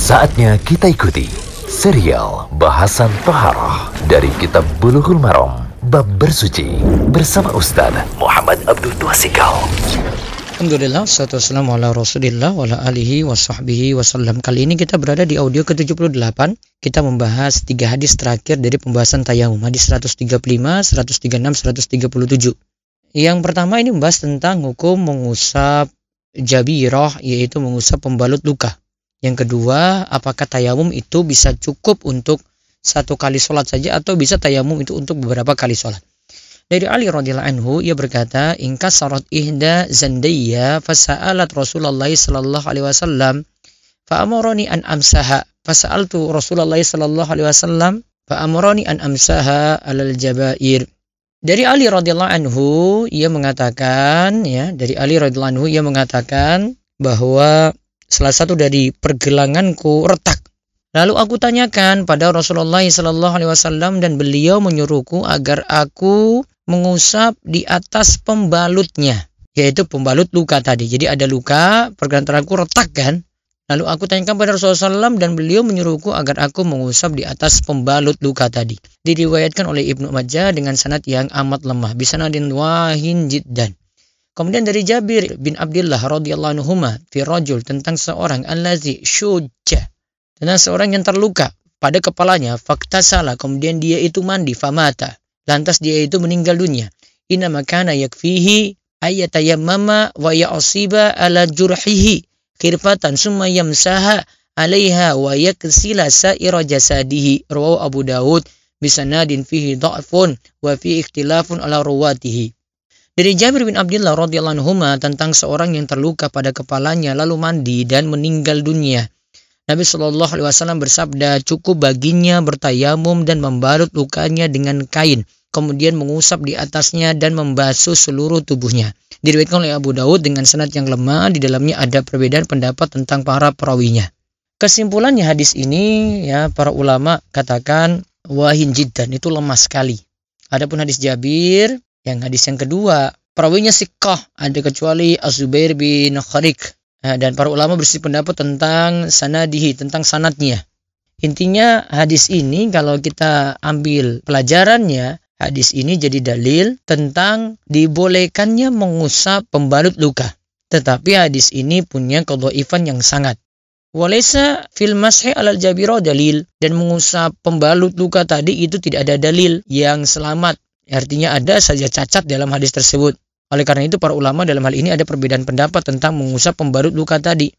Saatnya kita ikuti serial bahasan Toharoh dari Kitab Bulughul Maram Bab Bersuci bersama Ustaz Muhammad Abdul Twasikal. Alhamdulillah, wassalatu wassalamu ala rasulillah wa ala alihi wa sahbihi wasallam. Kali ini kita berada di audio ke-78. Kita membahas 3 hadis terakhir dari pembahasan tayamum. Hadis 135, 136, 137. Yang pertama ini membahas tentang hukum mengusap jabirah, yaitu mengusap pembalut luka. Yang kedua, apakah tayamum itu bisa cukup untuk 1 kali sholat saja atau bisa tayamum itu untuk beberapa kali sholat. Dari Ali radhiyallahu anhu, ia berkata, "Inkasarat ihda zandiyya fasa'alat Rasulullah sallallahu alaihi wasallam fa'amarani an amsaha fasa'altu Rasulullah sallallahu alaihi wasallam fa'amarani an amsaha alal jabair." Dari Ali radhiyallahu anhu, ia mengatakan bahwa salah satu dari pergelanganku retak. Lalu aku tanyakan pada Rasulullah sallallahu alaihi wasallam dan beliau menyuruhku agar aku mengusap di atas pembalutnya, yaitu pembalut luka tadi. Jadi ada luka, pergelanganku retak kan? Lalu aku tanyakan pada Rasulullah SAW dan beliau menyuruhku agar aku mengusap di atas pembalut luka tadi. Diriwayatkan oleh Ibnu Majah dengan sanad yang amat lemah, bisanadin wahin jiddan. Kemudian dari Jabir bin Abdullah radhiyallahu anhuma fi rajul, tentang seorang allazi syujja, tentang seorang yang terluka pada kepalanya, faktasala, kemudian dia itu mandi, famata, lantas dia itu meninggal dunia. Inna makana yakfihi ayatayammama wa ya'siba ala jurhihi khirfatan summa yamsaha 'alaiha wa yaksila sa'ira jasadihi. Rawahu Abu Dawud bisanadin fihi dha'fun wa fi ikhtilafun ala ruwatihi. Dari Jabir bin Abdullah radhiyallahu anhuma tentang seorang yang terluka pada kepalanya lalu mandi dan meninggal dunia. Nabi sallallahu alaihi wasallam bersabda, cukup baginya bertayamum dan membalut lukanya dengan kain, kemudian mengusap di atasnya dan membasuh seluruh tubuhnya. Diriwayatkan oleh Abu Dawud dengan sanad yang lemah, di dalamnya ada perbedaan pendapat tentang para perawinya. Kesimpulannya hadis ini, para ulama katakan wahin jiddan, itu lemah sekali. Adapun hadis Jabir, yang hadis yang kedua, perawinya siqah, ada kecuali Az-Zubair bin Khariq. Dan para ulama bersih pendapat tentang sanadihi, tentang sanadnya. Intinya hadis ini kalau kita ambil pelajarannya, hadis ini jadi dalil tentang dibolehkannya mengusap pembalut luka. Tetapi hadis ini punya kedhaifan yang sangat. Walaysa fil mashi alal jabira dalil, dan mengusap pembalut luka tadi itu tidak ada dalil yang selamat. Artinya ada saja cacat dalam hadis tersebut. Oleh karena itu para ulama dalam hal ini ada perbedaan pendapat tentang mengusap pembalut luka tadi.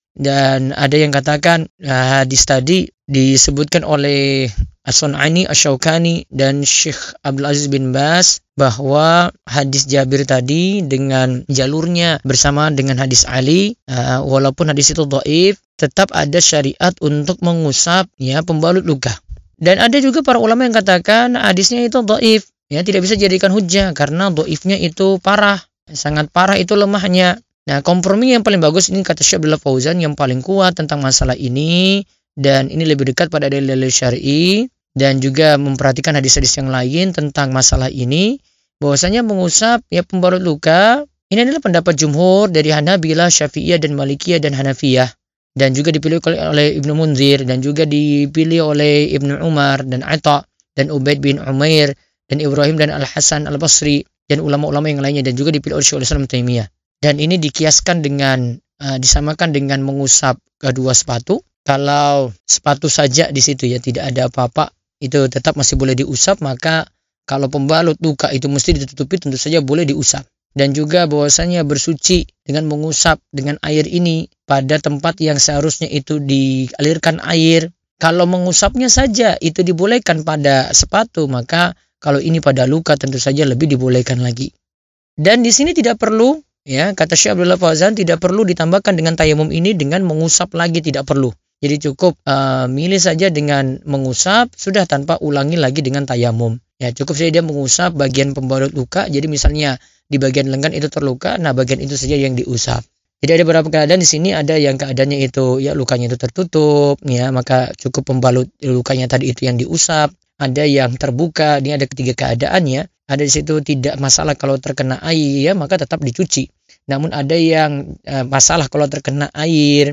Dan ada yang katakan hadis tadi disebutkan oleh As-Sun'ani, Asy-Syaukani dan Syekh Abdul Aziz bin Baz bahwa hadis Jabir tadi dengan jalurnya bersama dengan hadis Ali, walaupun hadis itu dhaif, tetap ada syariat untuk mengusap pembalut luka. Dan ada juga para ulama yang katakan hadisnya itu dhaif. Tidak bisa dijadikan hujjah karena dhaifnya itu parah, sangat parah itu lemahnya. Nah, kompromi yang paling bagus ini kata Syekh Abdullah Fauzan yang paling kuat tentang masalah ini, dan ini lebih dekat pada dalil syar'i dan juga memperhatikan hadis-hadis yang lain tentang masalah ini, bahwasanya mengusap pembalut luka ini adalah pendapat jumhur dari Hanabilah, Syafi'iyah dan Malikiyah dan Hanafiyah, dan juga dipilih oleh Ibnu Munzir, dan juga dipilih oleh Ibnu Umar dan Atha dan Ubaid bin Umair dan Ibrahim dan Al-Hasan Al-Basri dan ulama-ulama yang lainnya, dan juga dipilih oleh Syekhul Islam Taimiyah. Dan ini dikiaskan dengan disamakan dengan mengusap kedua sepatu. Kalau sepatu saja di situ tidak ada apa-apa, itu tetap masih boleh diusap, maka kalau pembalut luka itu mesti ditutupi, tentu saja boleh diusap. Dan juga bahwasanya bersuci dengan mengusap dengan air ini pada tempat yang seharusnya itu dialirkan air. Kalau mengusapnya saja itu dibolehkan pada sepatu, maka kalau ini pada luka tentu saja lebih dibolehkan lagi. Dan di sini tidak perlu, kata Syekh Abdullah Fauzan, tidak perlu ditambahkan dengan tayamum ini dengan mengusap lagi, tidak perlu. Jadi cukup milih saja dengan mengusap, sudah tanpa ulangi lagi dengan tayamum. Cukup saja dia mengusap bagian pembalut luka. Jadi misalnya di bagian lengan itu terluka, nah bagian itu saja yang diusap. Jadi ada beberapa keadaan di sini, ada yang keadaannya itu lukanya itu tertutup, maka cukup pembalut lukanya tadi itu yang diusap. Ada yang terbuka, ini ada ketiga keadaannya. Ada di situ tidak masalah kalau terkena air, maka tetap dicuci. Namun ada yang masalah kalau terkena air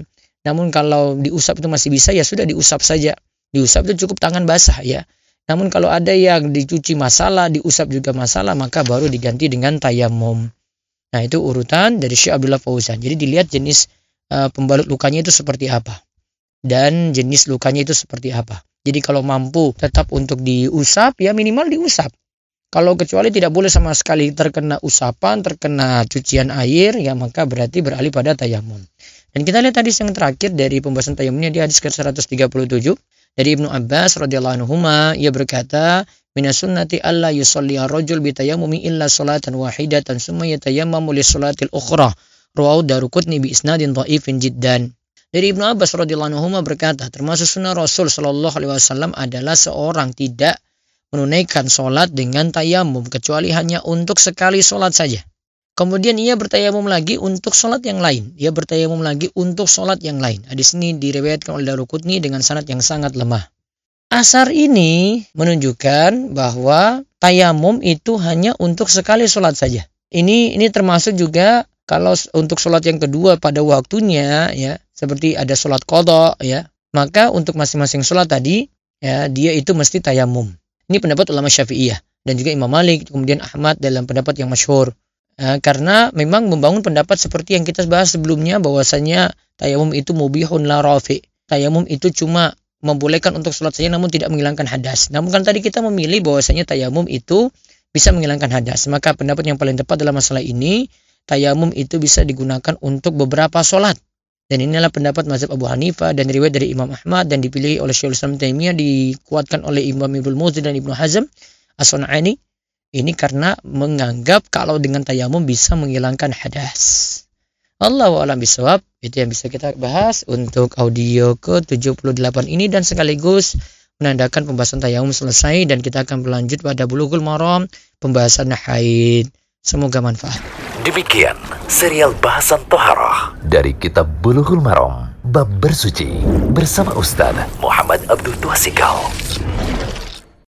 Namun kalau diusap itu masih bisa, ya sudah diusap saja. Diusap itu cukup tangan basah ya. Namun kalau ada yang dicuci masalah, diusap juga masalah, maka baru diganti dengan tayamum. Nah, itu urutan dari Syekh Abdullah Fauzan. Jadi dilihat jenis pembalut lukanya itu seperti apa. Dan jenis lukanya itu seperti apa. Jadi kalau mampu tetap untuk diusap, ya minimal diusap. Kalau kecuali tidak boleh sama sekali terkena usapan, terkena cucian air, ya maka berarti beralih pada tayamum. Dan kita lihat hadis yang terakhir dari pembahasan tayamumnya di hadis ke-137 dari Ibnu Abbas radhiyallahu anhuma, ia berkata, "Minas sunnati alla yusalli ar-rajul bi tayammumi illa salatan wahidatan summa yatayammamu li salatil ukhra." Rawahu Daruqutni bi isnadin dhaifin jiddan. Dari Ibnu Abbas radhiyallahu anhuma berkata, termasuk sunnah Rasul sallallahu alaihi wasallam adalah seorang tidak menunaikan sholat dengan tayamum kecuali hanya untuk sekali sholat saja. Kemudian ia bertayamum lagi untuk sholat yang lain. Ia bertayamum lagi untuk sholat yang lain. Hadis ini diriwayatkan oleh Daruqutni dengan sanad yang sangat lemah. Asar ini menunjukkan bahwa tayamum itu hanya untuk sekali sholat saja. Ini termasuk juga kalau untuk sholat yang kedua pada waktunya, ya seperti ada sholat qadha, ya maka untuk masing-masing sholat tadi, ya dia itu mesti tayamum. Ini pendapat ulama Syafi'iyah dan juga Imam Malik, kemudian Ahmad dalam pendapat yang masyhur. Karena memang membangun pendapat seperti yang kita bahas sebelumnya, bahwasanya tayamum itu mubihun la rafi. Tayamum itu cuma membolehkan untuk sholat saja namun tidak menghilangkan hadas. Namun kan tadi kita memilih bahwasanya tayamum itu bisa menghilangkan hadas. Maka pendapat yang paling tepat dalam masalah ini, tayamum itu bisa digunakan untuk beberapa sholat. Dan inilah pendapat mazhab Abu Hanifah dan riwayat dari Imam Ahmad dan dipilih oleh Syekhul Islam Taimiyah, dikuatkan oleh Imam Ibnu Muzir dan Ibnu Hazm As-Sun'ani. Ini karena menganggap kalau dengan tayamum bisa menghilangkan hadas. Allahu a'lam bishawab. Itu yang bisa kita bahas untuk audio ke-78 ini, dan sekaligus menandakan pembahasan tayamum selesai dan kita akan berlanjut pada Bulughul Maram, pembahasan haid. Semoga manfaat. Demikian serial bahasan Thaharah dari kitab Bulughul Maram, bab bersuci bersama Ustaz Muhammad Abdul Twasikal.